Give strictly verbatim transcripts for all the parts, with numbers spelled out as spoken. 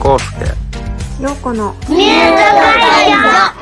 康介、 陽子のミュート会話。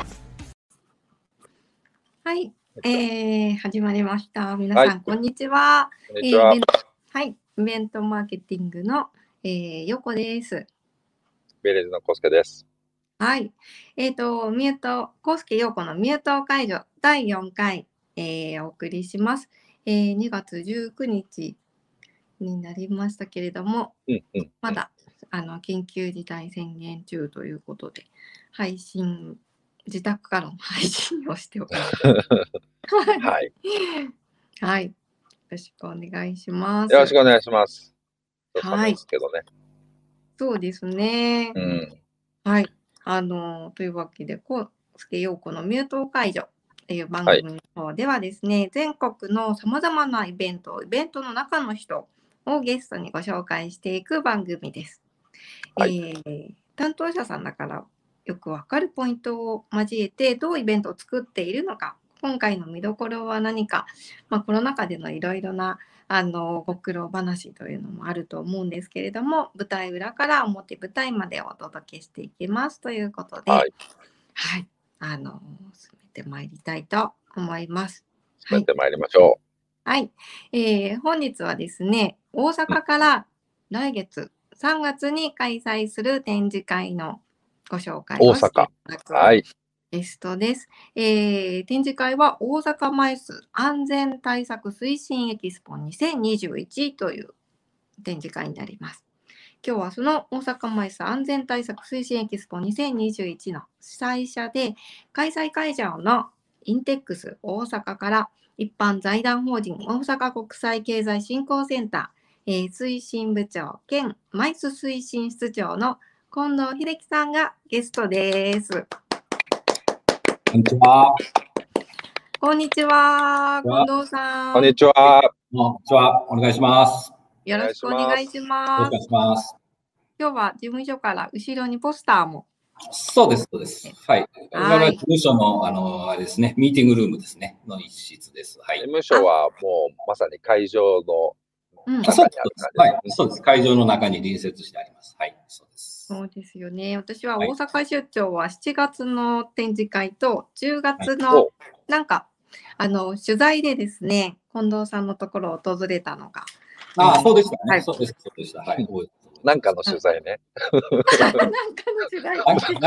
はい、えー、始まりました。皆さん、はい、こんにちは。 こんにちは。 えー、はい、イベントマーケティングの、えー、陽子です。 ベレーズの康介です。 はい、えっ、ー、と、ミュート、康介陽子のミュート解除だいよんかい、えー、お送りします。えー、にがつじゅうくにちになりましたけれども、 うんうん、 まだあの緊急事態宣言中ということで、配信、自宅からの配信をしております。 はい。 はい。よろしくお願いします。 よろしくお願いします。 はい。 寒いですけどね。 そうですね。 うん、 はい。あの、というわけで、康介陽子のミュート解除っていう番組の方ではですね、はい、全国のさまざまなイベント、イベントの中の人をゲストにご紹介していく番組です。はい、えー、担当者さんだからよくわかるポイントを交えてどうイベントを作っているのか、今回の見どころは何か、まあ、コロナ禍でのいろいろなあのご苦労話というのもあると思うんですけれども、舞台裏から表舞台までお届けしていきますということで、はい、はい、あの進めてまいりたいと思います。 進めてまいりましょう。はい、えー、本日はですね、大阪から来月さんがつに開催する展示会のご紹介をしていただくはい、 ゲストです。えー、展示会は大阪マイス安全対策推進エキスポにせんにじゅういちという展示会になります。今日はその大阪マイス安全対策推進エキスポにせんにじゅういちの主催者で、開催会場のインテックス大阪から一般財団法人大阪国際経済振興センター、えー、推進部長兼マイス推進室長の近藤秀樹さんがゲストです。 こんにちは。 こんにちは、近藤さん。 こんにちは。 こんにちは。お願いします。 よろしくお願いします。 よろしくお願いします。 今日は事務所から後ろにポスターも。 そうです、そうです。はい。これが事務所の、あの、あれですね、ミーティングルームですね、の一室です。はい。 事務所はもうまさに会場の中にある感じ、 はい、そうです。会場の中に隣接してあります。はい、そうです。 そうですよね。私は大阪出張はしちがつの展示会とじゅうがつのなんか、あの取材でですね、近藤さんのところを訪れたのが。 ああ、そうでしたね。はい、そうです、そうでした。はい。 なんかの取材ね。 なんかの取材。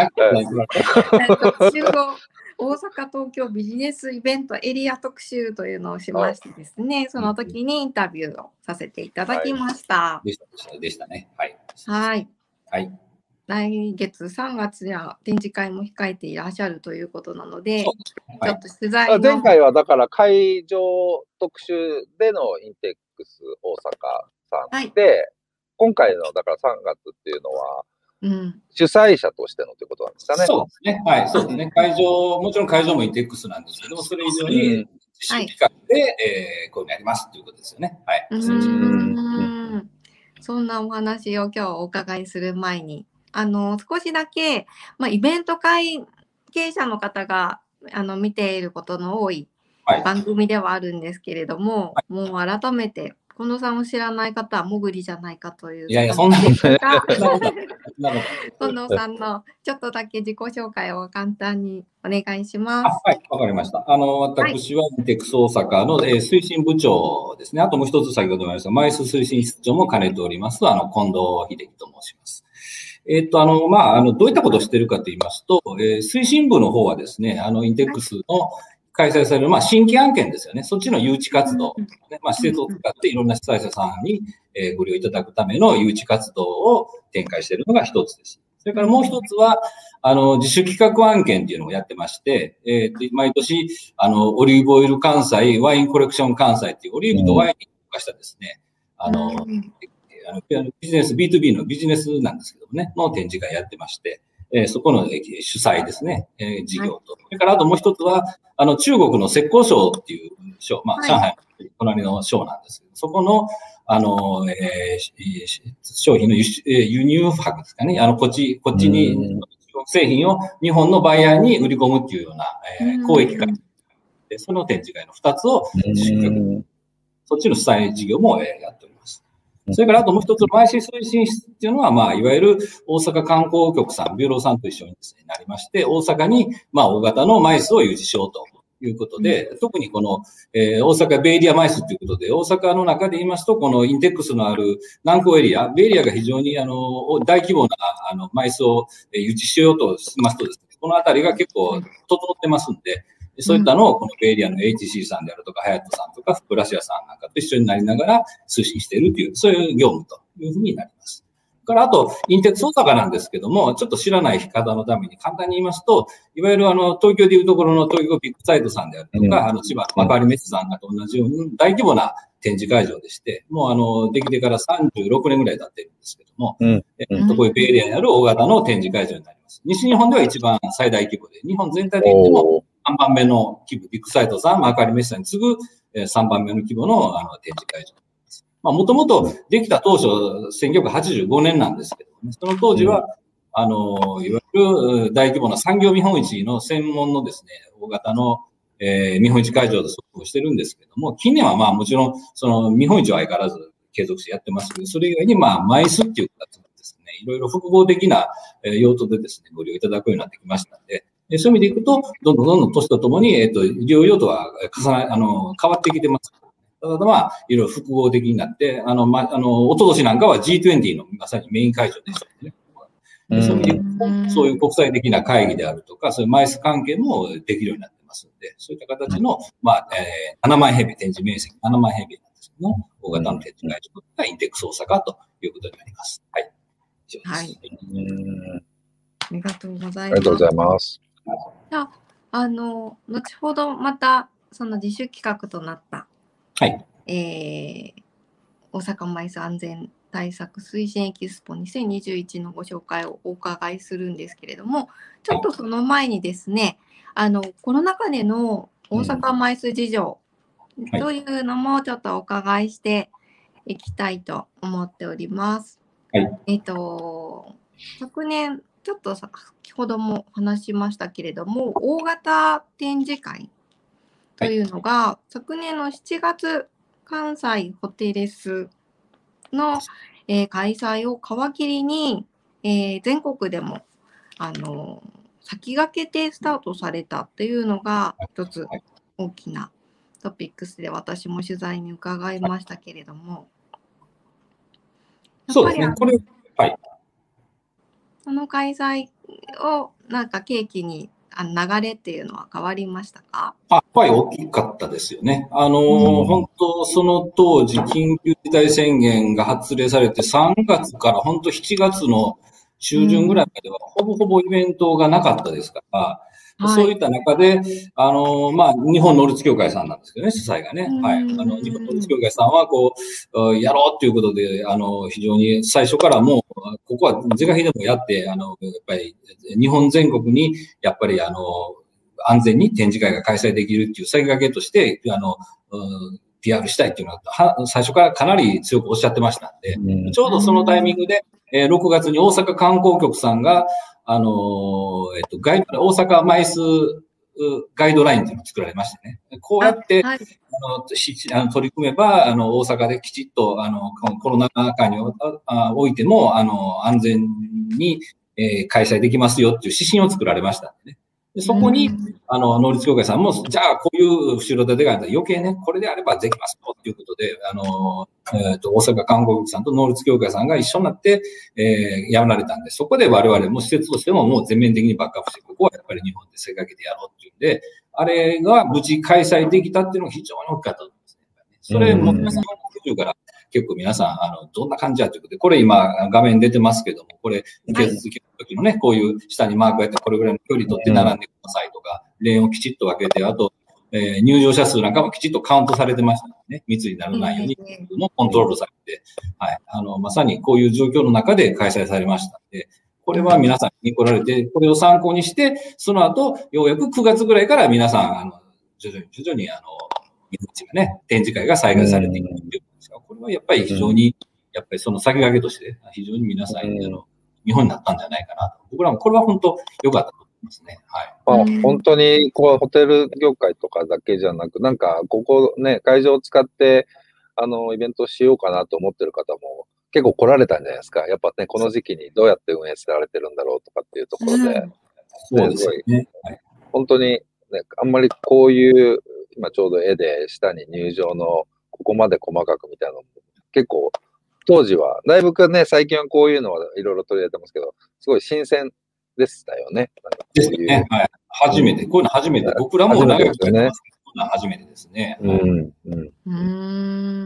集合大阪東京ビジネスイベントエリア特集というのをしましてですね、その時にインタビューをさせていただきました。 はい、でした、でしたね。はい。 はい。 はい。 来月さんがつには展示会も控えていらっしゃるということなので、はい、ちょっと取材の前回はだから会場特集でのインテックス大阪さんで、はい、今回のだからさんがつっていうのは、うん、主催者としてのということなんですかね。 そうですね。はい、そうですね。会場、もちろん会場もインテックスなんですけども、それ以上に自主企画で、はい、えー、こういうのやりますということですよね。はい。 うーん、そんなお話を今日お伺いする前に、あの少しだけ、まあ、イベント会経営者の方があの見ていることの多い番組ではあるんですけれども、はい、もう改めて近藤さんを知らない方はもぐりじゃないかという。 いやいや、そんなことない。 近藤さんのちょっとだけ自己紹介を簡単にお願いします。 はい、わかりました。あの、私はインテックス大阪の、えー、推進部長ですね。あともう一つ先ほど言いました、マイス推進室長も兼ねております、あの、近藤秀樹と申します。えっと、あの、まあ、あの、どういったことをしているかと言いますと、えー、推進部の方はですね、あの、インテックスの開催される、まあ、新規案件ですよね。そっちの誘致活動、ね、まあ、施設を使っていろんな主催者さんに、えー、ご利用いただくための誘致活動を展開しているのが一つです。それからもう一つは、あの、自主企画案件っていうのをやってまして、えー、毎年、あの、オリーブオイル関西、ワインコレクション関西っていうオリーブとワインに特化したですね、あの、あのビジネス、ビーツービー のビジネスなんですけどもね、の展示会やってまして、えー、そこの主催ですね、えー、事業と。はい、それからあともう一つは、あの、中国の浙江省っていう省、まあ、上海の隣の省なんですけど、そこの、あの、えー、商品の輸出、輸入博ですかね、あの、こっち、こっちに、中国製品を日本のバイヤーに売り込むっていうような、えー、交易会で、その展示会の二つを、そっちの主催事業もやっております。 それからあともう一つ、マイス推進室っていうのは、まあ、いわゆる大阪観光局さん、ビューローさんと一緒にですね、なりまして、大阪に、まあ、大型のマイスを誘致しようということで、うん、特にこの、えー、大阪ベイエリアマイスということで、大阪の中で言いますと、このインテックスのある南港エリア、ベイエリアが非常に、あの、大規模な、あの、マイスを誘致しようとしますとですね、このあたりが結構整ってますんで、そういったのを、このベイエリアの エイチシー さんであるとか、ハヤットさんとか、フラシアさんなんかと一緒になりながら推進しているという、そういう業務というふうになります。から、あと、インテックス大阪なんですけども、ちょっと知らない方のために簡単に言いますと、いわゆるあの、東京でいうところの東京ビッグサイトさんであるとか、うん、あの、千葉の幕張メッセさんがと同じように大規模な展示会場でして、もうあの、できてからさんじゅうろくねんぐらい経ってるんですけども、うん、えっと、こういうベイエリアにある大型の展示会場になります。西日本では一番最大規模で、日本全体で言ってもさんばんめの規模、ビッグサイトさん、幕張メッセさんに次ぐさんばんめの規模のあの展示会場。まあ、もともとできた当初、せんきゅうひゃくはちじゅうごねんなんですけどね、その当時は、あの、いわゆる大規模な産業見本市の専門のですね、大型の、えー、見本市会場で走行してるんですけども、近年はまあもちろん、その見本市は相変わらず継続してやってますけど、それ以外にまあ、マイスっていう形でですね、いろいろ複合的な用途でですね、ご利用いただくようになってきましたので、そういう意味でいくと、どんどんどんどん年とともに、えっと、利用用途は重ね、あの、変わってきてます。ただまあ、いろいろ複合的になって、あの、ま、あの、おととしなんかは ジートゥエンティー のまさにメイン会場でしたね。でそういう意味で、そういう国際的な会議であるとか、そういうマイス関係もできるようになってますので、そういった形の、まあ、えー、ななまんへいべい展示面積、ななまんへいべいなんですけども、大型の展示会場がインテックス大阪ということになります。はい。以上です。はい。 ありがとうございます。ありがとうございます。 じゃあ、あの、後ほどまた、その自主企画となった、 はい。 えー、大阪マイス安全対策推進エキスポにせんにじゅういちのご紹介をお伺いするんですけれども、ちょっとその前にですね、はい、あの、コロナ禍での大阪マイス事情というのもちょっとお伺いしていきたいと思っております。 はい。 えっと、昨年、ちょっと先ほども話しましたけれども、大型展示会というのが、はい、昨年のしちがつ、関西ホテレスの、えー、開催を皮切りに、えー、全国でも、あのー、先駆けてスタートされたっていうのが一つ大きなトピックスで私も取材に伺いましたけれども。 そうですね、これ、はい。 その開催をなんか契機にあの流れっていうのは変わりましたか？ あ、やっぱり大きかったですよね。あのー、うん、本当その当時緊急事態宣言が発令されてさんがつから本当しちがつの中旬ぐらいまではほぼほぼイベントがなかったですから、うん、そういった中で、あのー、まあ、日本能率協会さんなんですけどね、主催がね。はい。あの、日本能率協会さんはこう、やろうということで、あの、非常に最初からもう、ここは是が非でもやって、あの、やっぱり日本全国に、やっぱりあの、安全に展示会が開催できるっていう先駆けとして、あの、ピーアール したいっていうのは、最初からかなり強くおっしゃってましたんで、うん、ちょうどそのタイミングで、えー、ろくがつに大阪観光局さんが、あのー、えっと、ガイド、大阪マイスガイドラインっていうのを作られましてね。こうやって、はい、あのしあの取り組めば、あの、大阪できちっと、あの、コロナ禍においても、あの、安全に、えー、開催できますよっていう指針を作られましたんでね。でそこに、あの、能率協会さんも、じゃあ、こういう後ろ盾があったら余計ね、これであればできますよっていうことで、あの、えっと、大阪観光局さんと能率協会さんが一緒になって、えー、やられたんで、そこで我々も施設としてももう全面的にバックアップして、ここはやっぱり日本でせっかけてやろうっていうんで、あれが無事開催できたっていうのが非常に大きかったと思うんですね。それ、もう皆さん、途中から結構皆さん、あの、どんな感じやということで、これ今画面出てますけども、これ、受け続けるときのね、こういう下にマークやって、これぐらいの距離取って並んでくださいとか、レーンをきちっと分けて、あと、えー、入場者数なんかもきちっとカウントされてましたね。密にならないように、もコントロールされて、はい。あの、まさにこういう状況の中で開催されましたので、これは皆さんに来られて、これを参考にして、その後、ようやくくがつぐらいから皆さん、あの、徐々に徐々に、あの、日本地がね、展示会が再開されていくというんですが、これはやっぱり非常に、やっぱりその先駆けとして、非常に皆さんに、あの、日本になったんじゃないかなと。僕らもこれは本当良かったと思いますね。 はい。あ、本当に、こう、ホテル業界とかだけじゃなく、なんか、ここね、会場を使って、 あの、イベントしようかなと思ってる方も結構来られたんじゃないですか。やっぱね、この時期にどうやって運営されてるんだろうとかっていうところで、うん、 そうですね。 本当に、ね、あんまりこういう、今ちょうど絵で下に入場のここまで細かくみたいなのも結構、当時は、だいぶね、最近はこういうのはいろいろ取り入れてますけど、すごい新鮮でしたよね。なんかこういうですね。はい。初めて、うん、こういうの初めて、僕らも長くやってますけど、こういうの初めてですね。 うん。うん。うん。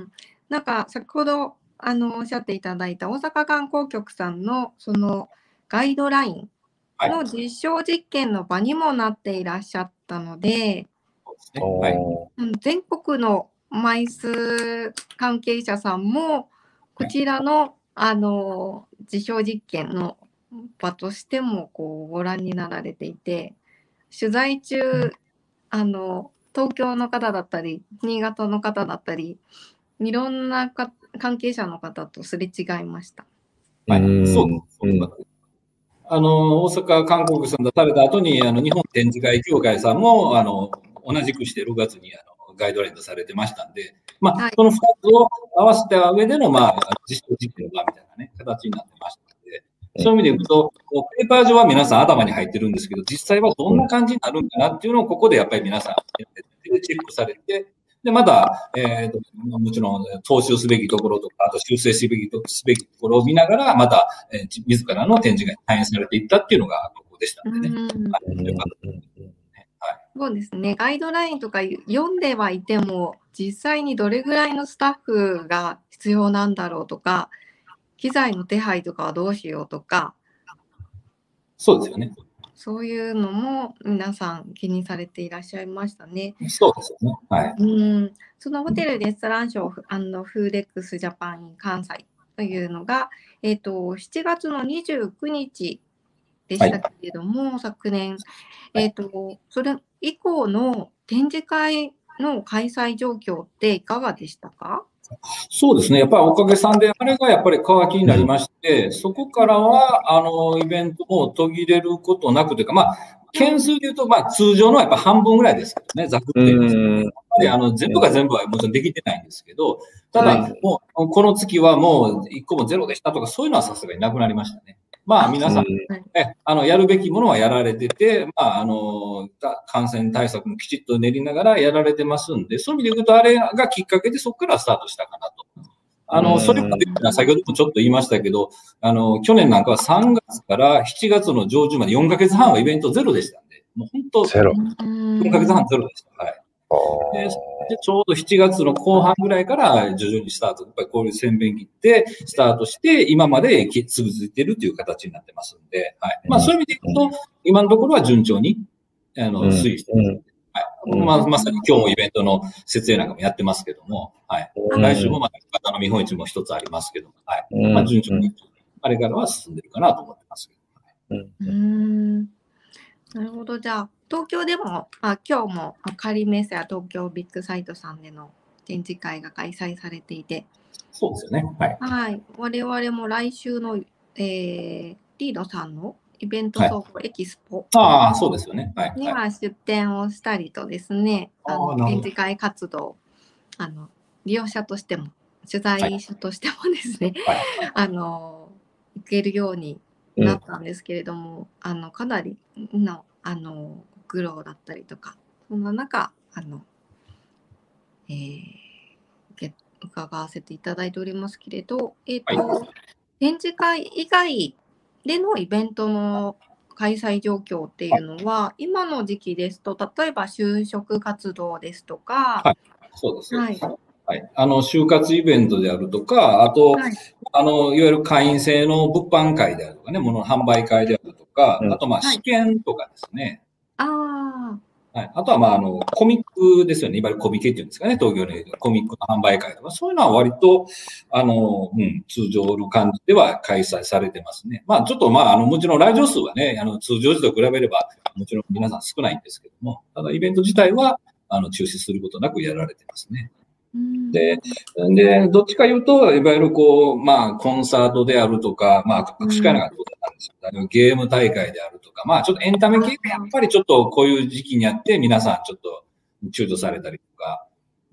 なんか、先ほど、あの、おっしゃっていただいた大阪観光局さんの、その、ガイドラインの実証実験の場にもなっていらっしゃったので、はい、全国のマイス関係者さんも、こちらの、あの、実証実験の場としても、こう、ご覧になられていて、取材中、あの、東京の方だったり、新潟の方だったり、いろんなか関係者の方とすれ違いました。 はい、そうです。あの、大阪観光局さん出された後に、あの、日本展示会協会さんも、あの、同じくしてろくがつにあのガイドライン出されてましたんで、まあ、はい、そのふたつを合わせた上での、まあ、実証実験の場みたいなね、形になってましたので、そういう意味で言うと、こうペーパー上は皆さん頭に入ってるんですけど、実際はどんな感じになるんかなっていうのを、ここでやっぱり皆さん、チェックされて、で、また、えーと、もちろん、踏襲すべきところとか、あと修正すべきとすべきところを見ながら、また、えー、自らの展示会に反映されていったっていうのが、ここでしたのでね。 そうですね。ガイドラインとか読んではいても、実際にどれぐらいのスタッフが必要なんだろうとか、機材の手配とかはどうしようとか。 そうですよね。 そういうのも皆さん気にされていらっしゃいましたね。 そうですよね。はい。 うん。そのホテルレストランショー、あのフーデックスジャパン関西というのが、えっと、しちがつのにじゅうくにちでしたけれども、はい、昨年、えっと、それ以降の展示会の開催状況っていかがでしたか？ そうですね。やっぱりおかげさんで、あれがやっぱり乾きになりまして、そこからは、あの、イベントも途切れることなくというか、まあ、件数で言うと、まあ、通常のやっぱ半分ぐらいですけどね、ざくって言いますね。やっぱりあの、全部が全部はもちろんできてないんですけど、ただ、もう、この月はもういっこもゼロでしたとか、そういうのはさすがになくなりましたね。まあ、皆さん、え、あの、やるべきものはやられてて、まあ、あの、感染対策もきちっと練りながらやられてますんで、そういう意味で言うと、あれがきっかけでそこからスタートしたかなと。あの、それまで、先ほどもちょっと言いましたけど、あの、去年なんかはさんがつからしちがつの上旬までよんかげつはんはイベントゼロでしたんで、もう本当、 ゼロ。よんかげつはんゼロでした。はい。で、でちょうどしちがつの後半ぐらいから徐々にスタート、やっぱりこういう宣伝切ってスタートして、今まで続いているという形になってますんで、はい。まあそういう意味でいくと、今のところは順調に、あの、推移している。はい。まあ、まさに今日もイベントの設営なんかもやってますけども、はい。来週もまた方の見本市も一つありますけど、はい。まあ順調に、あれからは進んでるかなと思ってますけど。 はい、うん。なるほど。じゃあ、東京でも、あ今日も仮メッセや東京ビッグサイトさんでの展示会が開催されていて。 そうですよね。はい。 はい。我々も来週の、えー、リードさんのイベント総合エキスポ、 はい、ああ、そうですよね。はい。 には出展をしたりとですね、はい、あの展示会活動、あの利用者としても、取材者としてもですね、はい、あの行けるようになったんですけれども、うん、あのかなりのあの苦労だったりとか、そんな中、あの、えー、伺わせていただいておりますけれど、えーとはい、展示会以外でのイベントの開催状況っていうのは、今の時期ですと、例えば就職活動ですとか、 はい、そうです。はい。はい、あの、就活イベントであるとか、あと、はい、あの、いわゆる会員制の物販会であるとかね、物の販売会であるとか、うん、あと、まあ、試験とかですね。 はい、ああ。はい。あとは、まあ、あの、コミックですよね。いわゆるコミケっていうんですかね。東京でコミックの販売会とか、そういうのは割と、あの、うん、通常の感じでは開催されてますね。まあ、ちょっと、まあ、あの、もちろん来場数はね、あの、通常時と比べれば、もちろん皆さん少ないんですけども、ただ、イベント自体は、あの、中止することなくやられてますね。で、で、どっちか言うと、いわゆるこう、まあ、コンサートであるとか、まあ、握手会なんかどうだったんですよ。ゲーム大会であるとか、まあ、ちょっとエンタメ系がやっぱりちょっとこういう時期にあって、皆さんちょっと躊躇されたりとか、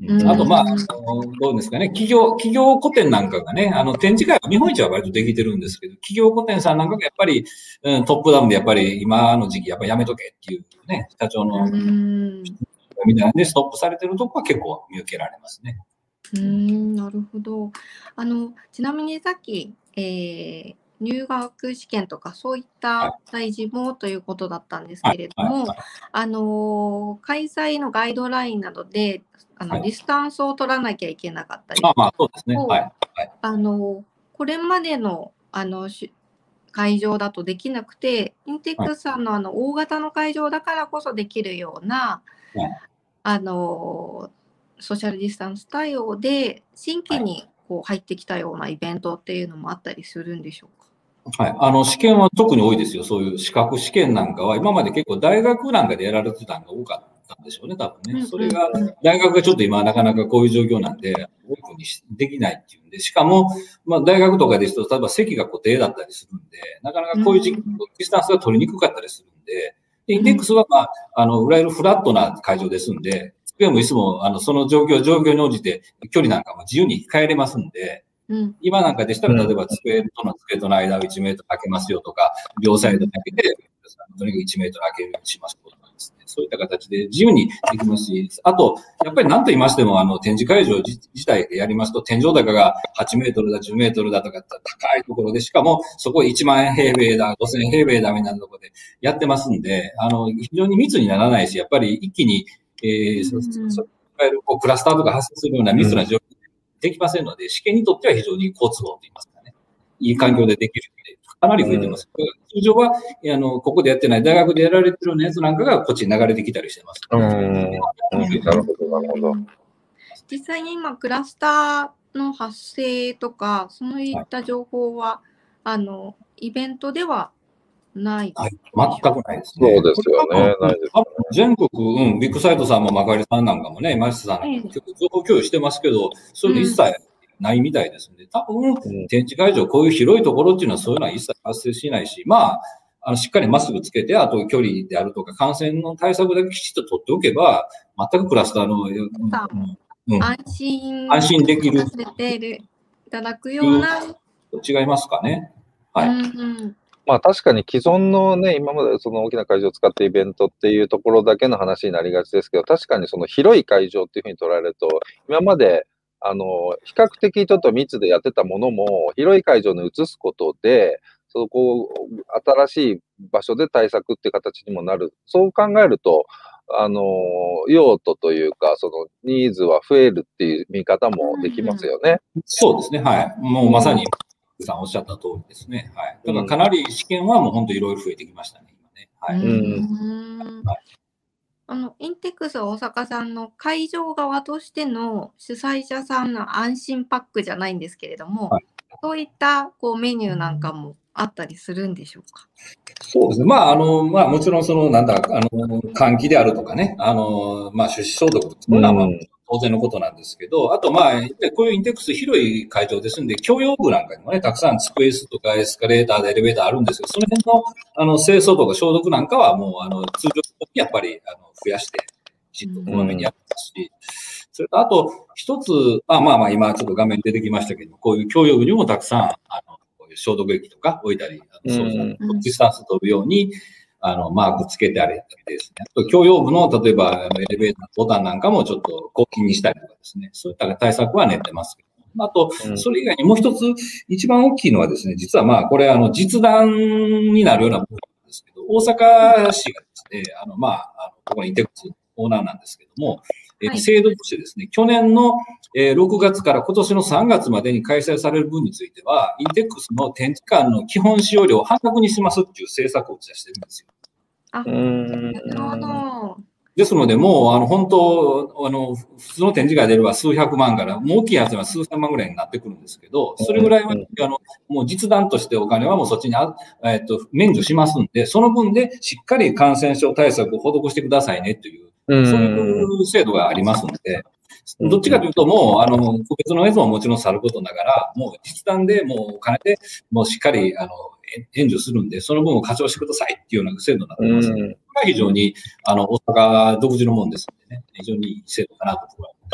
あと、まあ、どうですかね、企業、企業個展なんかがね、あの、展示会は日本一は割とできてるんですけど、企業個展さんなんかがやっぱり、うん、トップダウンでやっぱり今の時期やっぱりやめとけっていうね、社長の、みたいなんでストップされてるとこは結構見受けられますね。 うーん、なるほど。あの、ちなみにさっき、えー、入学試験とかそういった大事もということだったんですけれども、あの、開催のガイドラインなどで、あの、はい、ディスタンスを取らなきゃいけなかったり、 あ、まあ、そうですね。はい。はい、 あの、これまでの、あの、会場だとできなくて、インテックスさんのあの、大型の会場だからこそできるような、はい、あの、ソーシャルディスタンス対応で、新規にこう入ってきたようなイベントっていうのもあったりするんでしょうか？ はい。あの、試験は特に多いですよ。そういう資格試験なんかは、今まで結構大学なんかでやられてたのが多かったんでしょうね、多分ね。それが、大学がちょっと今なかなかこういう状況なんで、オープンにできないっていうんで、しかも、まあ大学とかですと、例えば席が固定だったりするんで、なかなかこういうディスタンスが取りにくかったりするんで、でインデックスは、まあ、あの、いわゆるフラットな会場ですんで、机も椅子も、あの、その状況、状況に応じて、距離なんかも自由に変えれますんで、うん、今なんかでしたら、例えば机との机との間をいちメートル空けますよとか、両サイドだけで、とにかくいちメートル空けるようにしますとかですね。そういった形で自由にできますし、あと、やっぱり何と言いましても、あの、展示会場自体でやりますと、天井高がはちメートルだ、じゅうメートルだとか、高いところで、しかも、そこいちまん平米だ、ごせん平米だ、みたいなところでやってますんで、あの、非常に密にならないし、やっぱり一気に、えー、そうそうそう、いわゆるこうクラスターとか発生するような密な状況できませんので、試験にとっては非常に好都合と言いますかね。いい環境でできるので、かなり増えてます。うん、通常は、あの、ここでやってない、大学でやられてるやつなんかがこっちに流れてきたりしてます。 うん。なるほど、なるほど。 実際に今、クラスターの発生とか、そういった情報は、はい、あの、イベントではない。 はい、全くないですね。 そうですよね。ないですね。 全国、うん、ビッグサイトさんもマカリさんなんかもね、マシさんなんかも結構情報共有してますけど、それ一切ないみたいですんで、多分、展示会場、こういう広いところっていうのはそういうのは一切発生しないし、まあ、あの、しっかりマスクつけて、あと距離であるとか、感染の対策だけきちっと取っておけば、全くクラスターの、うんうん、安心、 安心できる。 させていただくような。 違いますかね。はい。 うんうんまあ確かに既存のね、今までその大きな会場を使ってイベントっていうところだけの話になりがちですけど、確かにその広い会場っていうふうに捉えると、今まで、あの、比較的ちょっと密でやってたものも、広い会場に移すことで、そこを新しい場所で対策っていう形にもなる。そう考えると、あの、用途というか、そのニーズは増えるっていう見方もできますよね。 うん、そうですね。はい。もうまさに。さんおっしゃった通りですね。はい。だからかなり試験はもう本当いろいろ増えてきましたね、今ね。はい。 うんはい、あの、インテックス大阪さんの会場側としての主催者さんの安心パックじゃないんですけれども、はい、そういったこうメニューなんかもあったりするんでしょうか？ そうですね。まあ、あの、まあ、もちろんその、なんだ、あの、換気であるとかね、あの、まあ、手指消毒とか、そういうのはまあ、当然のことなんですけど、あとまあ、こういうインテックス広い会場ですんで、共用部なんかにもね、たくさんスペースとかエスカレーターでエレベーターあるんですけど、その辺の、あの、清掃とか消毒なんかはもう、あの、通常にやっぱり、あの、増やして、きちっとこまめにやってますし、それと、あと、一つ、あ、まあまあ、今ちょっと画面出てきましたけど、こういう共用部にもたくさん、あの、こういう消毒液とか置いたり、そういうディスタンス取るように、あの、マークつけてあれですね。あと、共用部の、例えば、エレベーターのボタンなんかもちょっと抗菌にしたりとかですね。そういった対策は練ってますけど。あと、それ以外にもう一つ、一番大きいのはですね、実はまあ、これ、あの、実弾になるような部分なんですけど、大阪市がですね、あの、まあ、あのここにインテックスオーナーなんですけども、はい、制度としてですね、去年のろくがつから今年のさんがつまでに開催される分については、インテックスの展示館の基本使用料を半額にしますっていう政策を打ち出してるんですよ。 あ、なるほど。 ですので、もう、あの、本当、あの、普通の展示会であれば数百万から、もう大きいやつは数千万ぐらいになってくるんですけど、それぐらいは、あの、もう実弾としてお金はもうそっちにあ、えっと、免除しますんで、その分でしっかり感染症対策を施してくださいねという、そういう制度がありますので、どっちかというと、もう、あの、個別のやつももちろんさることながら、もう実弾で、もうお金で、もうしっかり、あの、援助するんで、その分を課徴してくださいっていうような制度になってますので、これは非常に、あの、大阪独自のもんですのでね、非常にいい制度かなと僕は思ってますけど。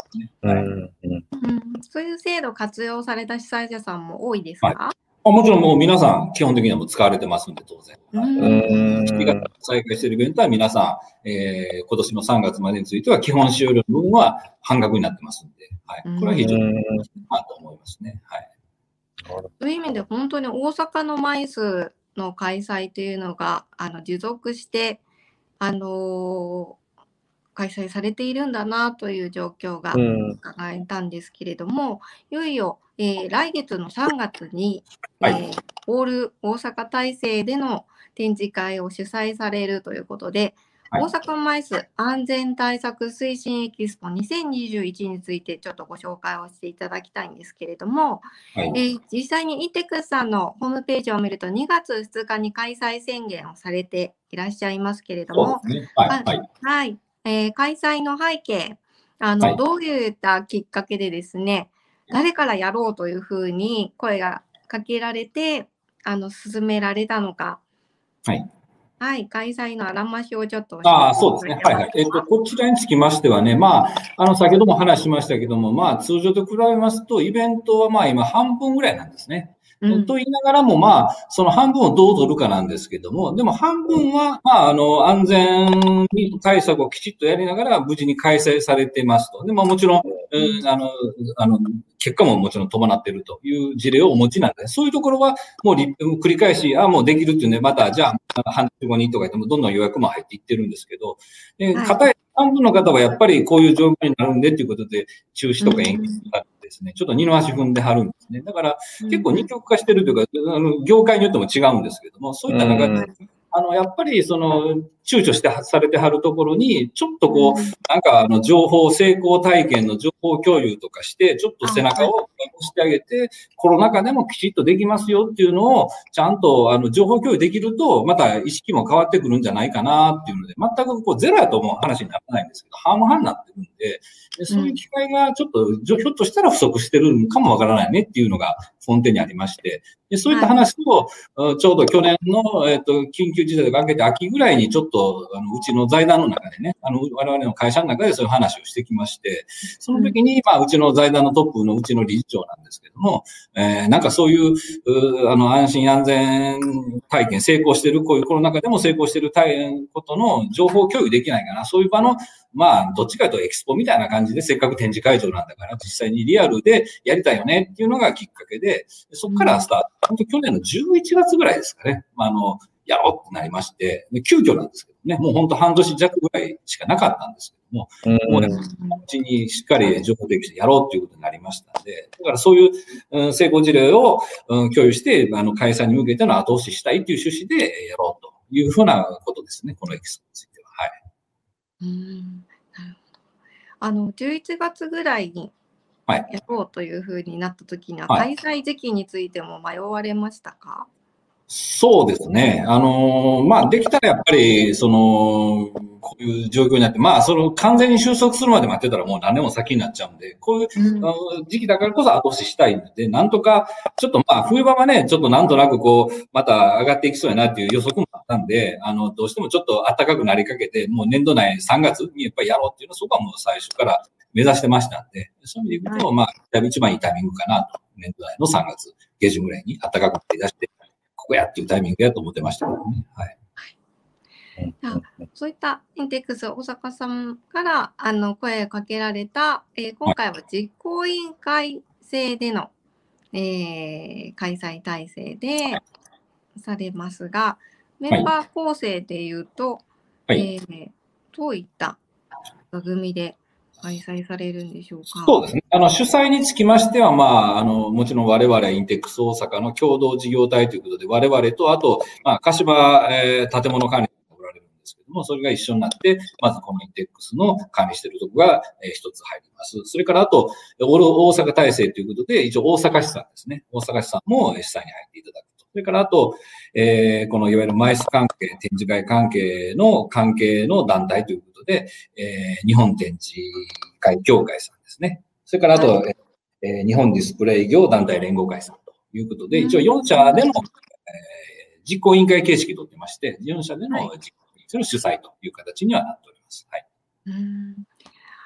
ね。はい、うんうん、 そういう制度を活用された主催者さんも多いですか？はい、 もちろんもう皆さん基本的にはもう使われてますんで、当然。しちがつ再開しているイベントは皆さん、えー、今年のさんがつまでについては基本使用料の部分は半額になってますんで、はい、これは非常にいいなと思いますね。はい。 そういう意味で本当に大阪のマイスの開催というのがあの持続して、あのー、開催されているんだなという状況が伺えたんですけれども、いよいよ、えー、来月のさんがつに、はい、えー、オール大阪体制での展示会を主催されるということで、はい、大阪マイス安全対策推進エキスポにせんにじゅういちについてちょっとご紹介をしていただきたいんですけれども、はい、えー、実際にインテックスさんのホームページを見るとにがつふつかに開催宣言をされていらっしゃいますけれども、 ね、はいはいはいえー、開催の背景あの、はい、どういったきっかけでですね、誰からやろうというふうに声がかけられてあの進められたのか、 はいはい、開催のあらましをちょっと教えていただけますか。 ああ、そうですね。はいはい。えっと、こちらにつきましてはね、まあ、あの、先ほども話しましたけども、まあ、通常と比べますと、イベントはまあ、今半分ぐらいなんですね。うん、と言いながらも、まあ、その半分をどう取るかなんですけども、でも半分は、まあ、あの、安全対策をきちっとやりながら、無事に開催されてますと。でも、もちろん、うん、あの、あの、結果ももちろん伴っているという事例をお持ちなんで、そういうところはもう繰り返し、あ、もうできるっていうんで、また、じゃあ、半年後にとか言っても、どんどん予約も入っていってるんですけど、えー、片や半分の方はやっぱりこういう状況になるんでっていうことで、中止とか延期とかですね、ちょっと二の足踏んではるんですね。だから、結構二極化してるというか、あの、業界によっても違うんですけども、そういった中で、あの、やっぱり、その、躊躇してされてはるところに、ちょっとこう、なんか、あの、情報、成功体験の情報共有とかして、ちょっと背中を押してあげて、コロナ禍でもきちっとできますよっていうのを、ちゃんと、あの、情報共有できると、また意識も変わってくるんじゃないかなっていうので、全くこう、ゼロやと思う話にならないんですけど、半々になってるんで、でそういう機会がちょっと、ひょっとしたら不足してるかもわからないねっていうのが根底にありまして、でそういった話を、はい、ちょうど去年の、えっと、緊急事態とかけて秋ぐらいにちょっと、あの、うちの財団の中でね、あの、我々の会社の中でそういう話をしてきまして、その時に、まあ、うちの財団のトップのうちの理事長なんですけども、えー、なんかそういう、うあの、安心安全体験、成功してる、こういうコロナ禍でも成功してる体験ことの情報共有できないかな、そういう場の、まあ、どっちかというとエキスポみたいな感じで、せっかく展示会場なんだから、実際にリアルでやりたいよねっていうのがきっかけで、そこからスタート。本当去年のじゅういちがつぐらいですかね。まあ、あの、やろうってなりまして、で急遽なんですけどね、もう本当半年弱ぐらいしかなかったんですけども、もうね、うちにしっかり情報提供してやろうっていうことになりましたんで、だからそういう、うん、成功事例を、うん、共有して、あの、開催に向けての後押ししたいっていう趣旨でやろうというふうなことですね、このエキスポについては。はい。 うん、なるほど。あの、じゅういちがつぐらいにやろうというふうになった時には、はい、開催時期についても迷われましたか？ そうですね。あのー、まあ、できたらやっぱり、その、こういう状況になって、まあ、その、完全に収束するまで待ってたらもう何年も先になっちゃうんで、こういう、うん、時期だからこそ後押ししたいんで、なんとか、ちょっとまあ、冬場はね、ちょっとなんとなくこう、また上がっていきそうやなっていう予測もあったんで、あの、どうしてもちょっと暖かくなりかけて、もう年度内さんがつにやっぱりやろうっていうのは、そこはもう最初から目指してましたんで、そういう意味でいくと、はい、まあ、一番いいタイミングかなと。年度内のさんがつ下旬ぐらいに暖かくなり出して、ここやっていうタイミングやと思ってましたけどね。はい。 はい、そういったインテックス大阪さんからあの声をかけられた、えー、今回は実行委員会制での、えー、開催体制でされますが、メンバー構成でいうと、はい、えー、どういった番組で開催されるんでしょうか。 そうですね。あの、主催につきましては、まあ、あの、もちろん我々インテックス大阪の共同事業体ということで、我々と、あと、まあ、鹿島、えー、建物管理がおられるんですけども、それが一緒になって、まずこのインテックスの管理しているところが、えー、一つ入ります。それから、あと、大阪体制ということで、一応大阪市さんですね。大阪市さんも主催に入っていただくと。それから、あと、えー、このいわゆるマイス関係、展示会関係の関係の団体ということで、えー、日本展示会協会さんですね。それからあと、はい、えー、日本ディスプレイ業団体連合会さんということで、一応よん社での、えー、実行委員会形式とってまして、よん社での実行委員会の主催という形にはなっております。はい。 うん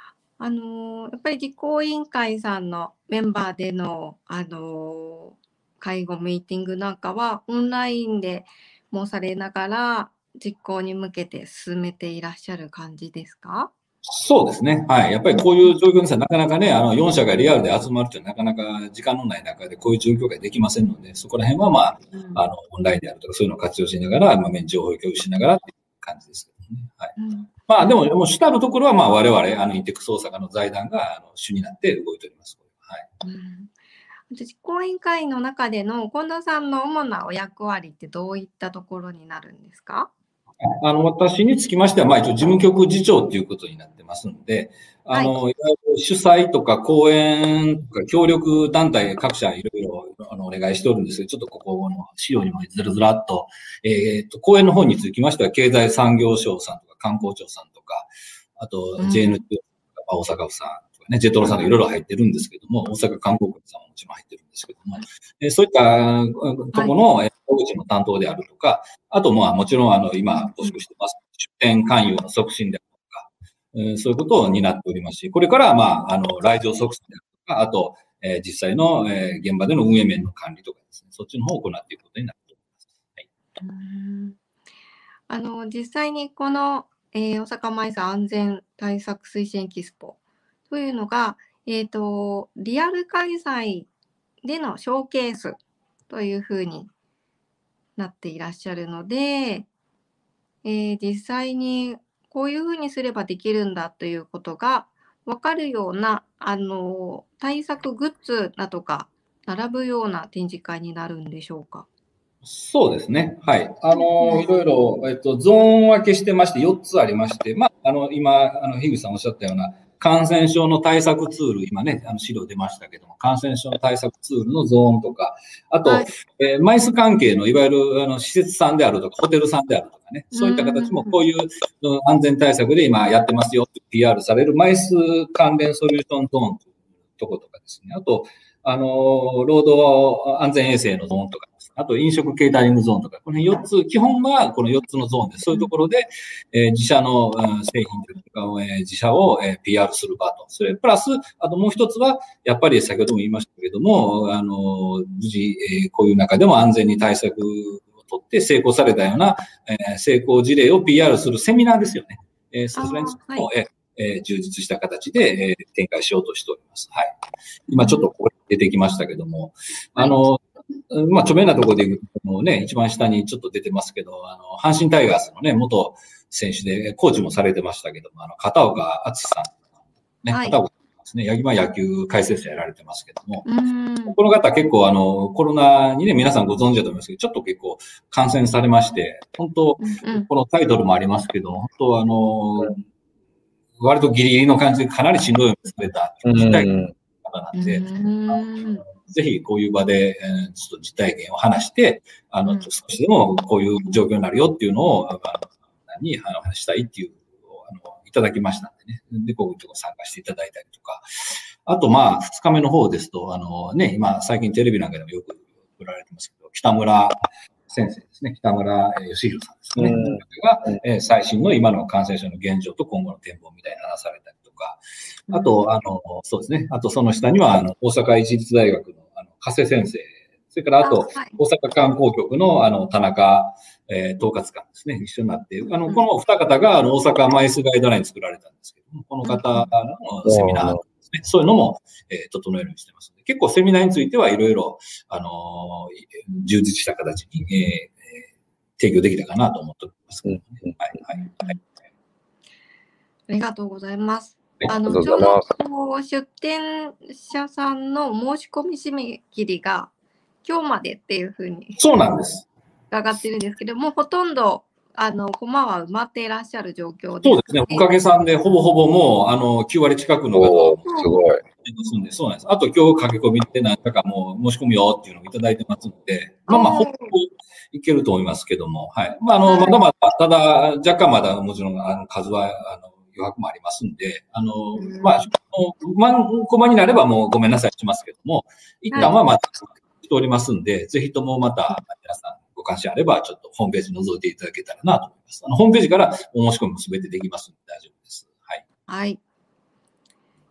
あのー、やっぱり実行委員会さんのメンバーでの、あのー、会合、ミーティングなんかは、オンラインでもされながら、実行に向けて進めていらっしゃる感じですか？ そうですね。はい。やっぱりこういう状況にさ、なかなかね、あの、よん社がリアルで集まるってなかなか時間のない中でこういう状況ができませんので、そこら辺はまあ、うん、あの、オンラインであるとかそういうのを活用しながら、まあ、情報共有しながらっていう感じですけどね。はい。うん、まあ、でも、もう主たるところはまあ、我々、あの、インテックス大阪の財団が、あの、主になって動いております。はい。うん、 実行委員会の中での近藤さんの主なお役割ってどういったところになるんですか？ あの、私につきましては、まあ一応事務局次長ということになってますので、あの、はい、主催とか講演とか協力団体各社いろいろあのお願いしておるんですけど、ちょっとここの資料にもずらずらっと、えっと、講演の方につきましては、経済産業省さんとか観光庁さんとか、あと ジェイエヌティーオー、うん、大阪府さんとかね、ジェトロさんとかいろいろ入ってるんですけども、大阪観光局さんももちろん入ってるんですけども、えそういったところの、はい、大口の担当であるとか、あと、まあ、もちろん、あの、今、募集してます。出店勧誘の促進であるとか、えー、そういうことを担っておりますし、これからは、まあ、あの、来場促進であるとか、あと、えー、実際の、えー、現場での運営面の管理とかですね、そっちの方を行っていくことになっております。はい。 うんあの、実際にこの、えー、大阪マイス安全対策推進エキスポというのが、えっと、リアル開催でのショーケースというふうになっていらっしゃるので、えー、実際にこういうふうにすればできるんだということが分かるような、あの、対策グッズなどが並ぶような展示会になるんでしょうか？ そうですね。はい。あの、いろいろ、えっと、ゾーン分けしてまして、よっつありまして、まあ、あの、今、あの、樋口さんおっしゃったような、感染症の対策ツール、今ね、あの資料出ましたけども、感染症の対策ツールのゾーンとか、あと、はい、えー、マイス関係のいわゆるあの施設さんであるとか、ホテルさんであるとかね、そういった形もこういう安全対策で今やってますよって ピーアール されるマイス関連ソリューションゾーンというところとかですね、あと、あの、労働安全衛生のゾーンとか、あと飲食ケータリングゾーンとか、このよっつ、基本はこのよっつのゾーンで、そういうところで、えー、自社の、うん、製品とか、えー、自社を、えー、ピーアール する場と。それプラス、あともう一つは、やっぱり先ほども言いましたけれども、あの、無事、えー、こういう中でも安全に対策を取って成功されたような、えー、成功事例を ピーアール するセミナーですよね。えー、それについても、はい、えー、充実した形で、えー、展開しようとしております。はい。今ちょっとここ出てきましたけども、あの、まあ、著名なところで言うとね、一番下にちょっと出てますけど、あの、阪神タイガースのね、元選手で、コーチもされてましたけども、あの、片岡敦さん、ね、はい、片岡ですね、今野球解説者やられてますけども、この方結構あの、コロナにね、皆さんご存知だと思いますけど、ちょっと結構感染されまして、本当、うんうん、このタイトルもありますけど、本当あの、うん割とギリギリの感じでかなりしんどい思いされた実体験の方なんで、うんぜひこういう場で、えー、ちょっと実体験を話して、あの、うん、少しでもこういう状況になるよっていうのを、あの、に話したいっていう、あの、いただきましたんでね。で、こういうとこ参加していただいたりとか。あと、まあ、二日目の方ですと、あのね、今、最近テレビなんかでもよく売られてますけど、北村先生ですね。北村義弘さんですね。うん、が、えー、最新の今の感染症の現状と今後の展望みたいな話されたりとか、あと、あの、そうですね。あと、その下には、あの、大阪市立大学の、あの、加瀬先生。それから、あと、はい、大阪観光局の、あの、田中、えー、統括官ですね。一緒になっている。あの、この二方が、あの、大阪マイスガイドライン作られたんですけども、この方のセミナーですね。そういうのも、えー、整えるようにしてますので、結構セミナーについてはいろいろ、あのー、充実した形に、えー、提供できたかなと思っておりますけどね。はい、はい、はい。 ありがとうございます。あの、ちょうど出店者さんの申し込み締め切りが今日までっていうふうに。 そうなんです。 伺ってるんですけど、もうほとんど、あの、コマは埋まっていらっしゃる状況です、ね。そうですね。おかげさんで、ほぼほぼもう、あの、きゅうわり近くの方が。すごい。 そうなんです。あと今日駆け込みで何回かもう申し込むよっていうのをいただいてますので、まあまあ、ほぼほぼいけると思いますけども、はい。まあ、あの、まだまだ、ただ、若干まだもちろん、あの、数は、あの、余白もありますんで、あの、まあ、万コマになればもうごめんなさいしますけども、一旦はまだしておりますんで、ぜひともまた皆さんご関心あれば、ちょっとホームページ覗いていただけたらなと思います。あの、ホームページからお申し込みもすべてできますので大丈夫です。はい。 はい。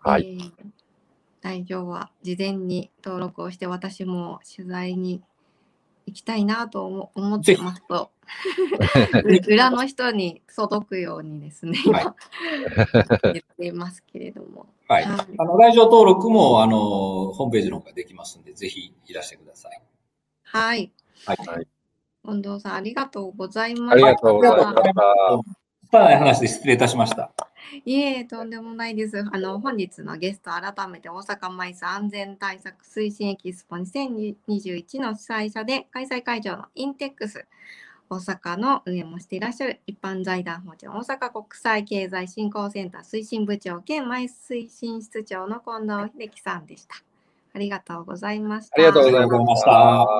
はい。 えー、代表は事前に登録をして、私も取材に行きたいなと思思ってますと、裏の人に届くようにですね、 はい、 今言っていますけれども。 はい。はい、あの、来場登録も、あの、ホームページの方ができますので、ぜひいらしてください。 はい。 はい。 近藤さん、ありがとうございました。 ありがとうございました。 つたない話で失礼いたしました。 いえ、とんでもないです。あの、本日のゲスト、改めて大阪マイス安全対策推進エキスポにせんにじゅういちの主催者で、開催会場のインテックス、大阪の運営もしていらっしゃる一般財団法人大阪国際経済振興センター推進部長兼マイス推進室長の近藤秀樹さんでした。ありがとうございました。 ありがとうございました。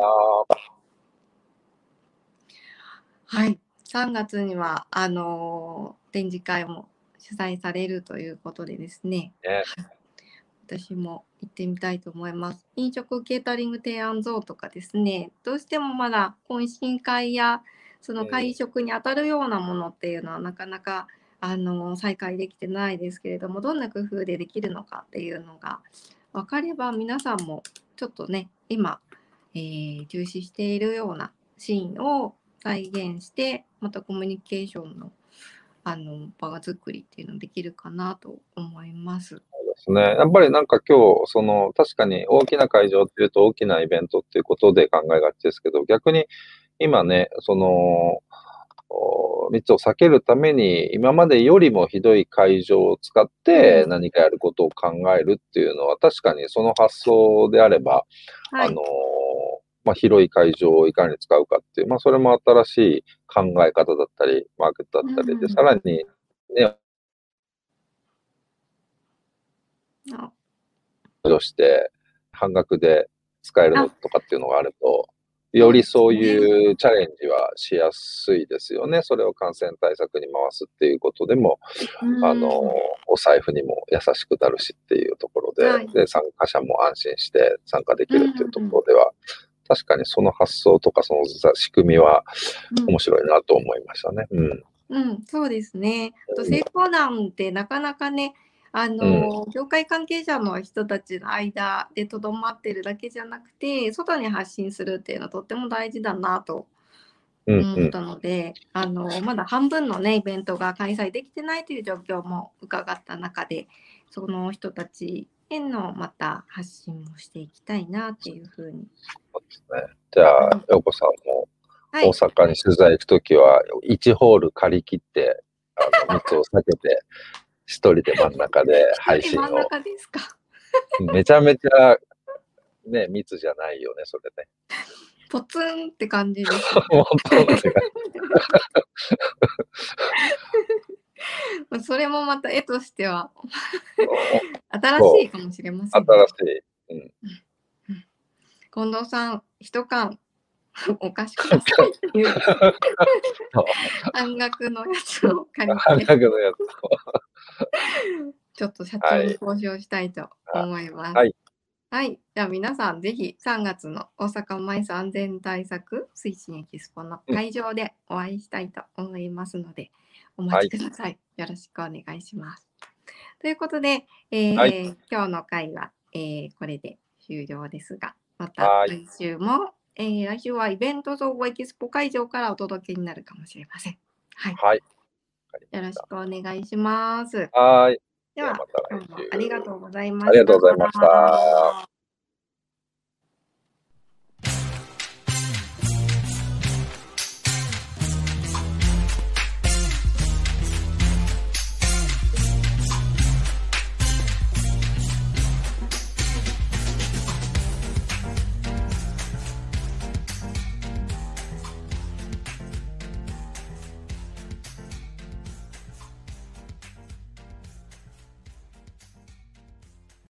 はい。さんがつには、あのー、展示会も主催されるということでですね、 ね、 私も行ってみたいと思います。飲食ケータリング提案像とかですね、どうしてもまだ懇親会やその会食に当たるようなものっていうのはなかなか、あの再開できてないですけれども、どんな工夫でできるのかっていうのが分かれば、皆さんもちょっとね、今、えー、重視しているようなシーンを再現して、またコミュニケーションのあの場作りっていうのできるかなと思います。 そうですね。やっぱりなんか今日、その確かに大きな会場っていうと大きなイベントっていうことで考えがちですけど、逆に今ね、その、密を避けるために、今までよりもひどい会場を使って何かやることを考えるっていうのは、確かにその発想であれば、はい、あの、まあ、広い会場をいかに使うかっていう、まあ、それも新しい考え方だったり、マーケットだったりで、さらにね、として半額で使えるのとかっていうのがあると、よりそういうチャレンジはしやすいですよね。それを感染対策に回すっていうことでも、あの、お財布にも優しくなるしっていうところで、はい、で、参加者も安心して参加できるっていうところでは、確かにその発想とかその仕組みは面白いなと思いましたね。うん。 うん、そうですね。と成功談ってなかなかね、あの、うん、業界関係者の人たちの間でとどまってるだけじゃなくて、外に発信するっていうのはとっても大事だなと思ったので、うんうん、あの、まだ半分のね、イベントが開催できてないという状況も伺った中で、その人たちへのまた発信もしていきたいなっていうふうに。 そうですね。じゃあ、陽子さんも大阪に取材行くときは、いちホール借り切って、あの、密を避けて、一人で真ん中で配信を。 真ん中ですか。 めちゃめちゃ、ね、密じゃないよね、それね。 ポツンって感じです。 本当だね。それもまた絵としては新しいかもしれません、 ね。新しい。うん。 近藤さん、一缶お貸しくださいっていう半額のやつを借りて、 半額のやつをちょっと社長に交渉したいと思います。はい。はい。じゃあ皆さん、ぜひさんがつの大阪マイス安全対策推進エキスポの会場でお会いしたいと思いますので、お待ちください。はい、よろしくお願いします。ということで、えーはい、今日の会は、えー、これで終了ですが、また来週も、えー、来週はイベント総合エキスポ会場からお届けになるかもしれません。はい。はい、よろしくお願いします。 はい。 では、今日もありがとうございました。 ありがとうございました。